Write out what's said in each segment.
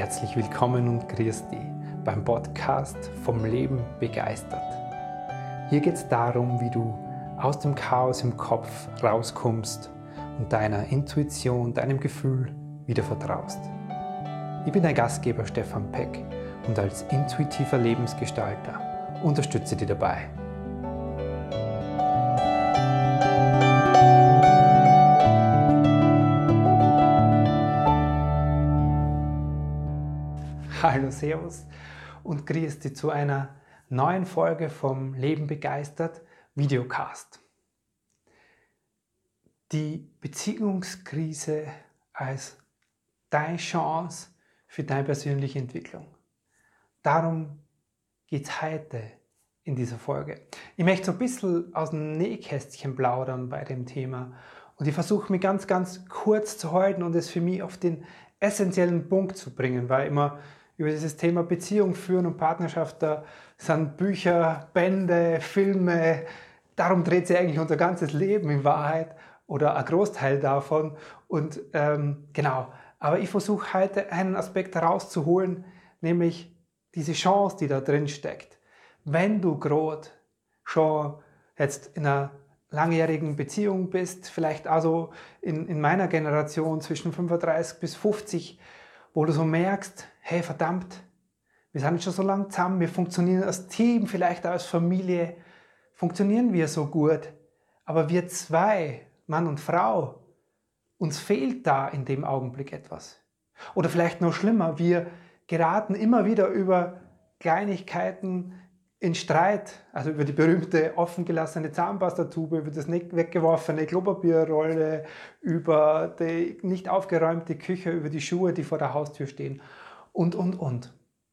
Herzlich willkommen und grüß dich beim Podcast Vom Leben begeistert. Hier geht es darum, wie du aus dem Chaos im Kopf rauskommst und deiner Intuition, deinem Gefühl wieder vertraust. Ich bin dein Gastgeber Stefan Peck und als intuitiver Lebensgestalter unterstütze dich dabei. Hallo, Servus und grüß dich zu einer neuen Folge vom Leben begeistert Videocast. Die Beziehungskrise als deine Chance für deine persönliche Entwicklung. Darum geht es heute in dieser Folge. Ich möchte so ein bisschen aus dem Nähkästchen plaudern bei dem Thema und ich versuche mich ganz kurz zu halten und es für mich auf den essentiellen Punkt zu bringen, weil immer über dieses Thema Beziehung führen und Partnerschaft, da sind Bücher, Bände, Filme, darum dreht sich eigentlich unser ganzes Leben in Wahrheit oder ein Großteil davon. Und genau, aber ich versuche heute einen Aspekt herauszuholen, nämlich diese Chance, die da drin steckt. Wenn du gerade schon jetzt in einer langjährigen Beziehung bist, vielleicht also in meiner Generation zwischen 35 bis 50, wo du so merkst, hey verdammt, wir sind schon so lange zusammen, wir funktionieren als Team, vielleicht auch als Familie, funktionieren wir so gut, aber wir zwei, Mann und Frau, uns fehlt da in dem Augenblick etwas. Oder vielleicht noch schlimmer, wir geraten immer wieder über Kleinigkeiten in Streit, also über die berühmte offen gelassene Zahnpastatube, über das nicht weggeworfene Klopapierrolle, über die nicht aufgeräumte Küche, über die Schuhe, die vor der Haustür stehen und.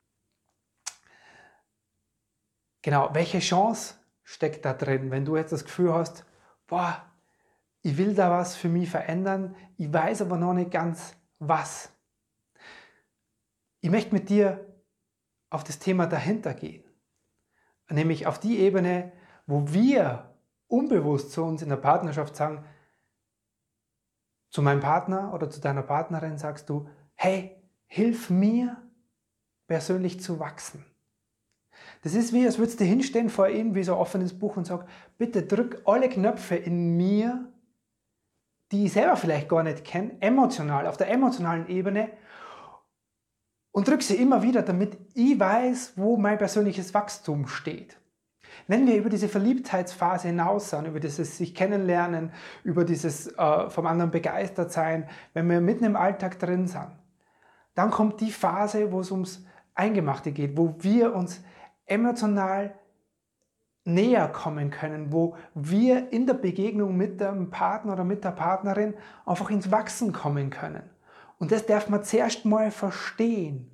Genau, welche Chance steckt da drin, wenn du jetzt das Gefühl hast, boah, ich will da was für mich verändern, ich weiß aber noch nicht ganz was. Ich möchte mit dir auf das Thema dahinter gehen. Nämlich auf die Ebene, wo wir unbewusst zu uns in der Partnerschaft sagen, zu meinem Partner oder zu deiner Partnerin sagst du, hey, hilf mir persönlich zu wachsen. Das ist wie, als würdest du hinstehen vor ihm wie so ein offenes Buch und sag, bitte drück alle Knöpfe in mir, die ich selber vielleicht gar nicht kenne, emotional, auf der emotionalen Ebene, und drück sie immer wieder, damit ich weiß, wo mein persönliches Wachstum steht. Wenn wir über diese Verliebtheitsphase hinaus sind, über dieses sich kennenlernen, über dieses vom anderen begeistert sein, wenn wir mitten im Alltag drin sind, dann kommt die Phase, wo es ums Eingemachte geht, wo wir uns emotional näher kommen können, wo wir in der Begegnung mit dem Partner oder mit der Partnerin einfach ins Wachsen kommen können. Und das darf man zuerst mal verstehen.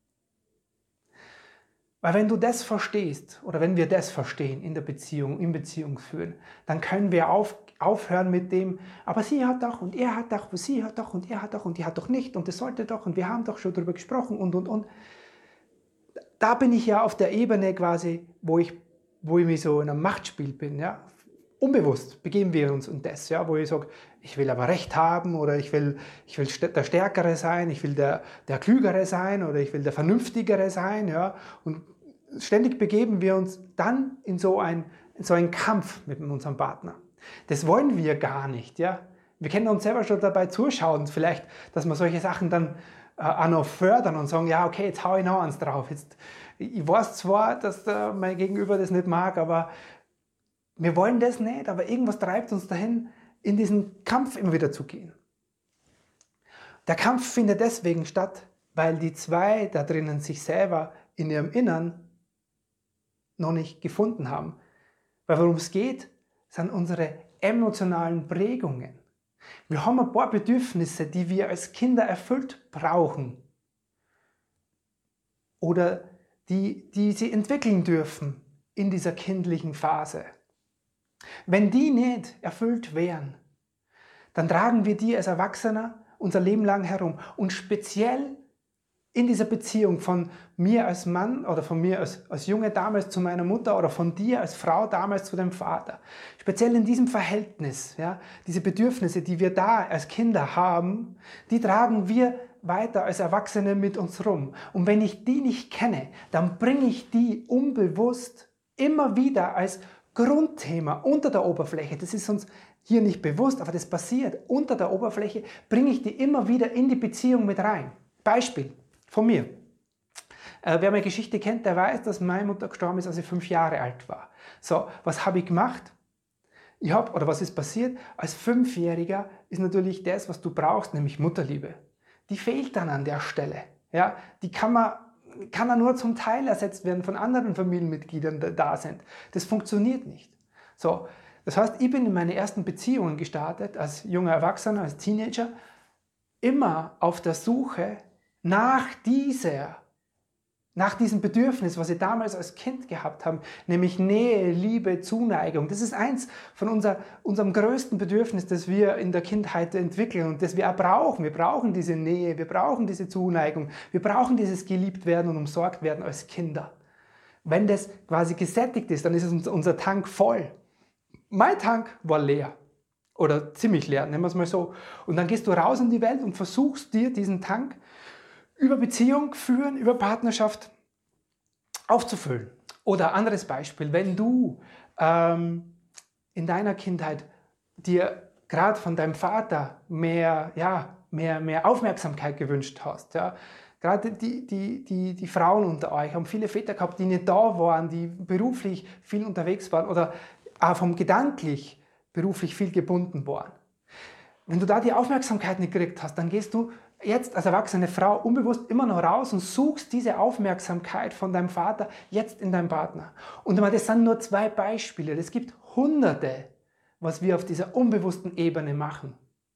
Weil wenn du das verstehst, oder wenn wir das verstehen in der Beziehung, im Beziehungsführen, dann können wir aufhören mit dem, aber sie hat doch und er hat doch, sie hat doch und er hat doch und die hat doch nicht und das sollte doch und wir haben doch schon darüber gesprochen und. Da bin ich ja auf der Ebene quasi, wo ich mich so in einem Machtspiel bin, ja. Unbewusst begeben wir uns in das, ja, wo ich sage, ich will aber Recht haben oder ich will der Stärkere sein, ich will der Klügere sein oder ich will der Vernünftigere sein, ja, und ständig begeben wir uns dann in so einen Kampf mit unserem Partner. Das wollen wir gar nicht, ja. Wir können uns selber schon dabei zuschauen, vielleicht, dass wir solche Sachen dann auch noch fördern und sagen, ja, okay, jetzt hau ich noch eins drauf. Ich weiß zwar, dass mein Gegenüber das nicht mag, aber wir wollen das nicht, aber irgendwas treibt uns dahin, in diesen Kampf immer wieder zu gehen. Der Kampf findet deswegen statt, weil die zwei da drinnen sich selber in ihrem Innern noch nicht gefunden haben. Weil worum es geht, sind unsere emotionalen Prägungen. Wir haben ein paar Bedürfnisse, die wir als Kinder erfüllt brauchen oder die sie entwickeln dürfen in dieser kindlichen Phase. Wenn die nicht erfüllt wären, dann tragen wir die als Erwachsener unser Leben lang herum. Und speziell in dieser Beziehung von mir als Mann oder von mir als Junge damals zu meiner Mutter oder von dir als Frau damals zu deinem Vater. Speziell in diesem Verhältnis, ja, diese Bedürfnisse, die wir da als Kinder haben, die tragen wir weiter als Erwachsene mit uns rum. Und wenn ich die nicht kenne, dann bringe ich die unbewusst immer wieder als Grundthema unter der Oberfläche. Das ist uns hier nicht bewusst, aber das passiert. Unter der Oberfläche bringe ich die immer wieder in die Beziehung mit rein. Beispiel von mir. Wer meine Geschichte kennt, der weiß, dass meine Mutter gestorben ist, als ich 5 Jahre alt war. So, was habe ich gemacht? Was ist passiert? Als 5-Jähriger ist natürlich das, was du brauchst, nämlich Mutterliebe. Die fehlt dann an der Stelle. Ja, die kann dann nur zum Teil ersetzt werden von anderen Familienmitgliedern, die da sind. Das funktioniert nicht. So, das heißt, ich bin in meine ersten Beziehungen gestartet, als junger Erwachsener, als Teenager, immer auf der Suche nach diesem Bedürfnis, was ich damals als Kind gehabt habe, nämlich Nähe, Liebe, Zuneigung. Das ist eins von unserem größten Bedürfnis, das wir in der Kindheit entwickeln und das wir auch brauchen. Wir brauchen diese Nähe, wir brauchen diese Zuneigung, wir brauchen dieses Geliebtwerden und umsorgt werden als Kinder. Wenn das quasi gesättigt ist, dann ist unser Tank voll. Mein Tank war leer oder ziemlich leer, nennen wir es mal so. Und dann gehst du raus in die Welt und versuchst dir diesen Tank über Beziehung führen, über Partnerschaft aufzufüllen. Oder anderes Beispiel, wenn du in deiner Kindheit dir gerade von deinem Vater mehr Aufmerksamkeit gewünscht hast. Ja. Gerade die Frauen unter euch haben viele Väter gehabt, die nicht da waren, die beruflich viel unterwegs waren oder auch gedanklich beruflich viel gebunden waren. Wenn du da die Aufmerksamkeit nicht gekriegt hast, dann gehst du jetzt als erwachsene Frau unbewusst immer noch raus und suchst diese Aufmerksamkeit von deinem Vater jetzt in deinem Partner. Und das sind nur 2 Beispiele. Es gibt Hunderte, was wir auf dieser unbewussten Ebene machen.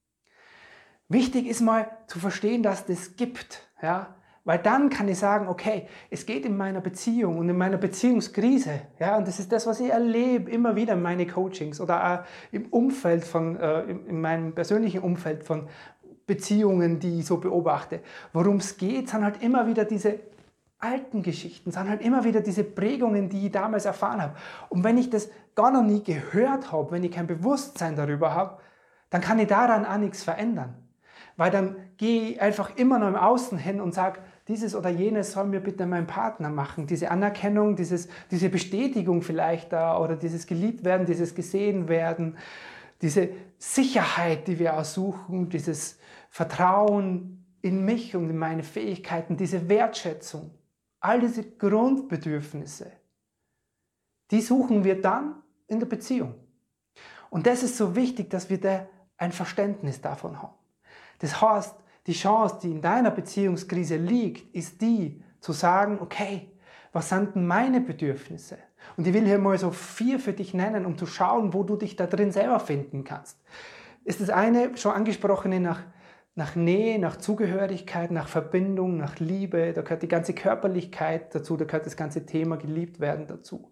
Wichtig ist mal zu verstehen, dass das gibt. Ja? Weil dann kann ich sagen, okay, es geht in meiner Beziehung und in meiner Beziehungskrise. Ja? Und das ist das, was ich erlebe immer wieder in meinen Coachings oder auch im Umfeld in meinem persönlichen Umfeld von Beziehungen, die ich so beobachte. Worum es geht, sind halt immer wieder diese alten Geschichten, sind halt immer wieder diese Prägungen, die ich damals erfahren habe. Und wenn ich das gar noch nie gehört habe, wenn ich kein Bewusstsein darüber habe, dann kann ich daran auch nichts verändern. Weil dann gehe ich einfach immer noch im Außen hin und sage, dieses oder jenes soll mir bitte mein Partner machen. Diese Anerkennung, diese Bestätigung vielleicht da oder dieses Geliebtwerden, dieses Gesehenwerden, diese Sicherheit, die wir auch suchen, dieses Vertrauen in mich und in meine Fähigkeiten, diese Wertschätzung, all diese Grundbedürfnisse, die suchen wir dann in der Beziehung. Und das ist so wichtig, dass wir da ein Verständnis davon haben. Das heißt, die Chance, die in deiner Beziehungskrise liegt, ist die, zu sagen, okay, was sind denn meine Bedürfnisse? Und ich will hier mal so 4 für dich nennen, um zu schauen, wo du dich da drin selber finden kannst. Ist das eine schon angesprochene nach Nähe, nach Zugehörigkeit, nach Verbindung, nach Liebe, da gehört die ganze Körperlichkeit dazu, da gehört das ganze Thema geliebt werden dazu.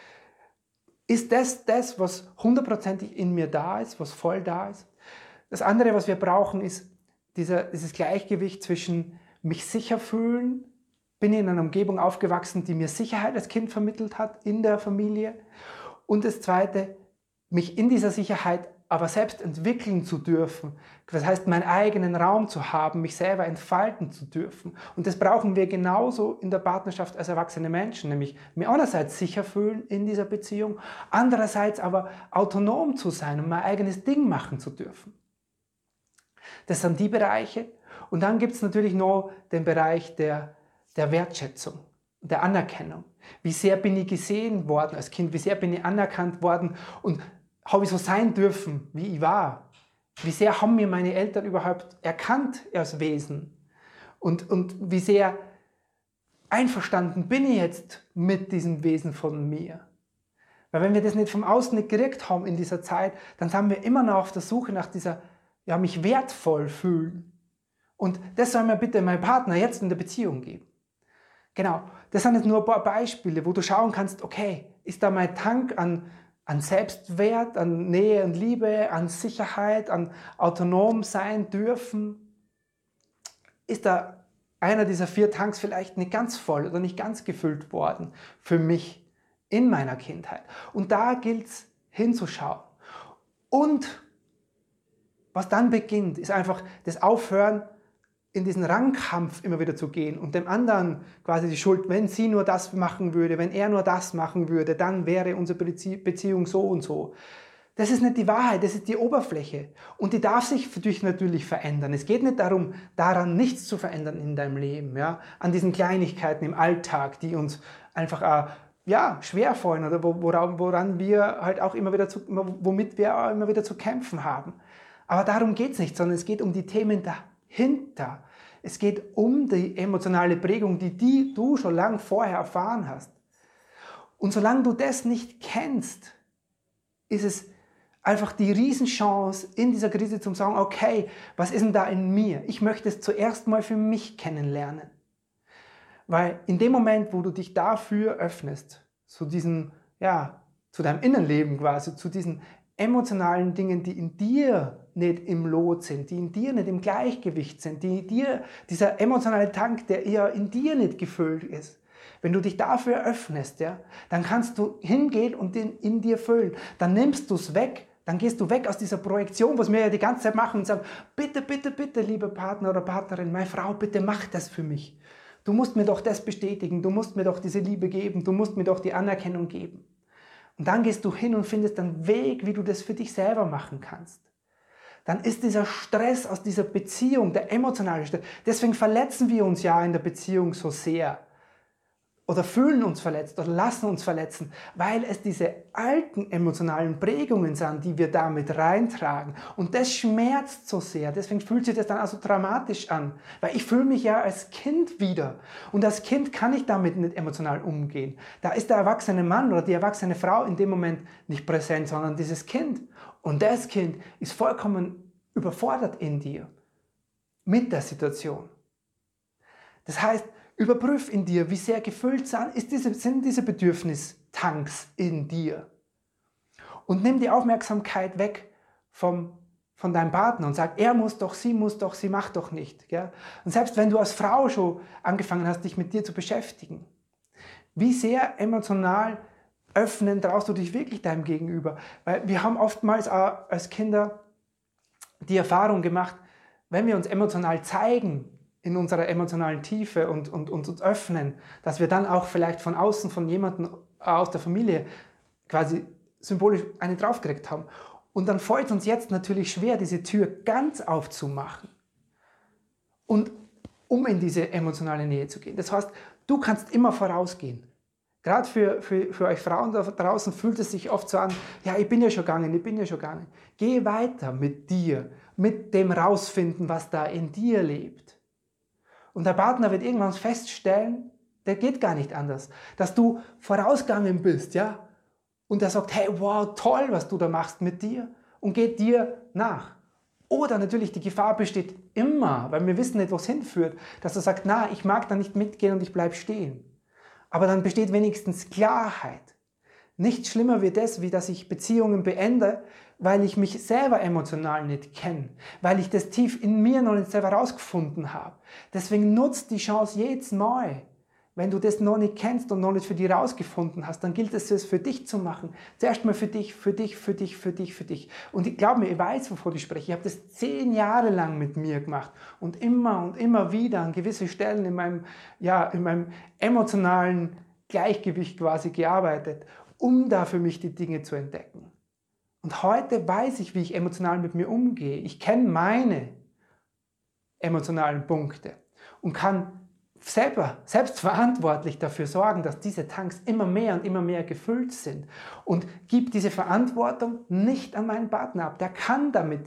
Ist das, was 100%ig in mir da ist, was voll da ist? Das andere, was wir brauchen, ist dieses Gleichgewicht zwischen mich sicher fühlen, bin ich in einer Umgebung aufgewachsen, die mir Sicherheit als Kind vermittelt hat in der Familie. Und das zweite, mich in dieser Sicherheit aber selbst entwickeln zu dürfen. Das heißt, meinen eigenen Raum zu haben, mich selber entfalten zu dürfen. Und das brauchen wir genauso in der Partnerschaft als erwachsene Menschen, nämlich mir einerseits sicher fühlen in dieser Beziehung, andererseits aber autonom zu sein und mein eigenes Ding machen zu dürfen. Das sind die Bereiche. Und dann gibt es natürlich noch den Bereich der Wertschätzung, der Anerkennung. Wie sehr bin ich gesehen worden als Kind, wie sehr bin ich anerkannt worden und habe ich so sein dürfen, wie ich war. Wie sehr haben mir meine Eltern überhaupt erkannt als Wesen und wie sehr einverstanden bin ich jetzt mit diesem Wesen von mir. Weil wenn wir das nicht vom Außen nicht gekriegt haben in dieser Zeit, dann sind wir immer noch auf der Suche nach dieser, mich wertvoll fühlen. Und das soll mir bitte mein Partner jetzt in der Beziehung geben. Genau, das sind jetzt nur ein paar Beispiele, wo du schauen kannst, okay, ist da mein Tank an Selbstwert, an Nähe und Liebe, an Sicherheit, an autonom sein dürfen? Ist da einer dieser 4 Tanks vielleicht nicht ganz voll oder nicht ganz gefüllt worden für mich in meiner Kindheit? Und da gilt es hinzuschauen. Und was dann beginnt, ist einfach das Aufhören, in diesen Rangkampf immer wieder zu gehen und dem anderen quasi die Schuld, wenn sie nur das machen würde, wenn er nur das machen würde, dann wäre unsere Beziehung so und so. Das ist nicht die Wahrheit, das ist die Oberfläche. Und die darf sich für dich natürlich verändern. Es geht nicht darum, daran nichts zu verändern in deinem Leben, ja? An diesen Kleinigkeiten im Alltag, die uns einfach schwerfallen oder woran wir halt auch womit wir auch immer wieder zu kämpfen haben. Aber darum geht es nicht, sondern es geht um die Themen dahinter. Es geht um die emotionale Prägung, die du schon lange vorher erfahren hast. Und solange du das nicht kennst, ist es einfach die Riesenchance in dieser Krise zu sagen, okay, was ist denn da in mir? Ich möchte es zuerst mal für mich kennenlernen. Weil in dem Moment, wo du dich dafür öffnest, zu deinem Innenleben quasi, zu diesen emotionalen Dingen, die in dir nicht im Lot sind, die in dir nicht im Gleichgewicht sind, dieser emotionale Tank, der eher in dir nicht gefüllt ist. Wenn du dich dafür öffnest, ja, dann kannst du hingehen und den in dir füllen. Dann nimmst du es weg, dann gehst du weg aus dieser Projektion, was wir ja die ganze Zeit machen und sagen, bitte, bitte, bitte, lieber Partner oder Partnerin, meine Frau, bitte mach das für mich. Du musst mir doch das bestätigen, du musst mir doch diese Liebe geben, du musst mir doch die Anerkennung geben. Und dann gehst du hin und findest einen Weg, wie du das für dich selber machen kannst. Dann ist dieser Stress aus dieser Beziehung, der emotionale Stress, deswegen verletzen wir uns ja in der Beziehung so sehr. Oder fühlen uns verletzt oder lassen uns verletzen, weil es diese alten emotionalen Prägungen sind, die wir damit reintragen. Und das schmerzt so sehr, deswegen fühlt sich das dann auch so dramatisch an. Weil ich fühle mich ja als Kind wieder. Und als Kind kann ich damit nicht emotional umgehen. Da ist der erwachsene Mann oder die erwachsene Frau in dem Moment nicht präsent, sondern dieses Kind. Und das Kind ist vollkommen überfordert in dir mit der Situation. Das heißt, überprüf in dir, wie sehr gefüllt sind diese Bedürfnistanks in dir. Und nimm die Aufmerksamkeit weg von deinem Partner und sag, er muss doch, sie macht doch nicht. Ja? Und selbst wenn du als Frau schon angefangen hast, dich mit dir zu beschäftigen, wie sehr emotional öffnen traust du dich wirklich deinem Gegenüber? Weil wir haben oftmals auch als Kinder die Erfahrung gemacht, wenn wir uns emotional zeigen, in unserer emotionalen Tiefe und uns öffnen, dass wir dann auch vielleicht von außen, von jemandem aus der Familie quasi symbolisch einen draufgekriegt haben. Und dann fällt es uns jetzt natürlich schwer, diese Tür ganz aufzumachen und um in diese emotionale Nähe zu gehen. Das heißt, du kannst immer vorausgehen. Gerade für euch Frauen da draußen fühlt es sich oft so an, ja, ich bin ja schon gegangen. Geh weiter mit dir, mit dem Rausfinden, was da in dir lebt. Und der Partner wird irgendwann feststellen, der geht gar nicht anders, dass du vorausgegangen bist, ja? Und er sagt, hey, wow, toll, was du da machst mit dir und geht dir nach. Oder natürlich die Gefahr besteht immer, weil wir wissen nicht, wo es hinführt, dass er sagt, na, ich mag da nicht mitgehen und ich bleibe stehen. Aber dann besteht wenigstens Klarheit. Nichts schlimmer wird das, wie dass ich Beziehungen beende, weil ich mich selber emotional nicht kenne, weil ich das tief in mir noch nicht selber herausgefunden habe. Deswegen nutzt die Chance jedes Mal. Wenn du das noch nicht kennst und noch nicht für dich herausgefunden hast, dann gilt es für dich zu machen. Zuerst mal für dich. Und ich glaube mir, ich weiß, wovon ich spreche. Ich habe das 10 Jahre lang mit mir gemacht und immer wieder an gewisse Stellen in meinem emotionalen Gleichgewicht quasi gearbeitet, um da für mich die Dinge zu entdecken. Und heute weiß ich, wie ich emotional mit mir umgehe. Ich kenne meine emotionalen Punkte und kann selbstverantwortlich dafür sorgen, dass diese Tanks immer mehr und immer mehr gefüllt sind. Und gebe diese Verantwortung nicht an meinen Partner ab. Der kann mir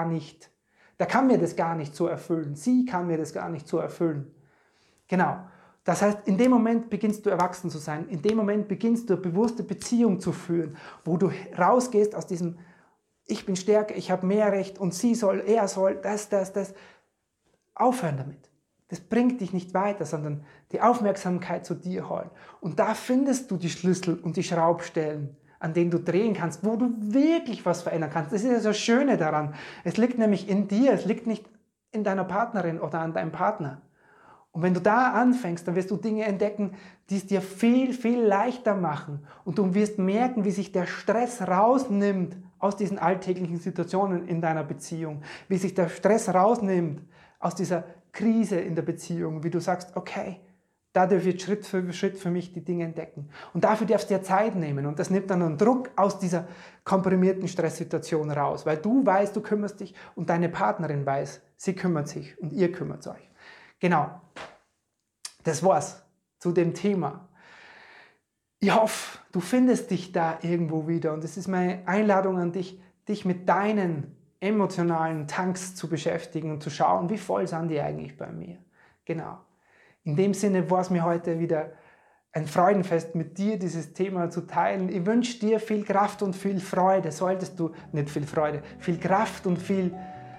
das gar nicht so erfüllen. Sie kann mir das gar nicht so erfüllen. Genau. Das heißt, in dem Moment beginnst du erwachsen zu sein. In dem Moment beginnst du eine bewusste Beziehung zu führen, wo du rausgehst aus diesem ich bin stärker, ich habe mehr Recht und er soll, das. Aufhören damit. Das bringt dich nicht weiter, sondern die Aufmerksamkeit zu dir holen. Und da findest du die Schlüssel und die Schraubstellen, an denen du drehen kannst, wo du wirklich was verändern kannst. Das ist ja das Schöne daran. Es liegt nämlich in dir, es liegt nicht in deiner Partnerin oder an deinem Partner. Und wenn du da anfängst, dann wirst du Dinge entdecken, die es dir viel, viel leichter machen. Und du wirst merken, wie sich der Stress rausnimmt aus diesen alltäglichen Situationen in deiner Beziehung. Wie sich der Stress rausnimmt aus dieser Krise in der Beziehung, wie du sagst, okay, da darf ich Schritt für Schritt für mich die Dinge entdecken. Und dafür darfst du dir Zeit nehmen. Und das nimmt dann einen Druck aus dieser komprimierten Stresssituation raus. Weil du weißt, du kümmerst dich und deine Partnerin weiß, sie kümmert sich und ihr kümmert euch. Genau. Das war's zu dem Thema. Ich hoffe, du findest dich da irgendwo wieder. Und es ist meine Einladung an dich, dich mit deinen emotionalen Tanks zu beschäftigen und zu schauen, wie voll sind die eigentlich bei mir. Genau. In dem Sinne war es mir heute wieder ein Freudenfest, mit dir dieses Thema zu teilen. Ich wünsche dir viel Kraft und viel Freude. Solltest du, nicht viel Freude, viel Kraft und viel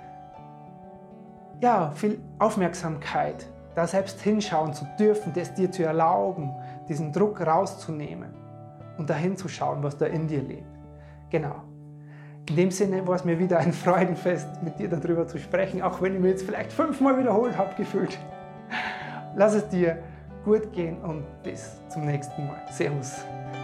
Aufmerksamkeit, da selbst hinschauen zu dürfen, das dir zu erlauben, diesen Druck rauszunehmen und dahin zu schauen, was da in dir lebt. Genau. In dem Sinne war es mir wieder ein Freudenfest, mit dir darüber zu sprechen, auch wenn ich mir jetzt vielleicht 5-mal wiederholt habe gefühlt. Lass es dir gut gehen und bis zum nächsten Mal. Servus.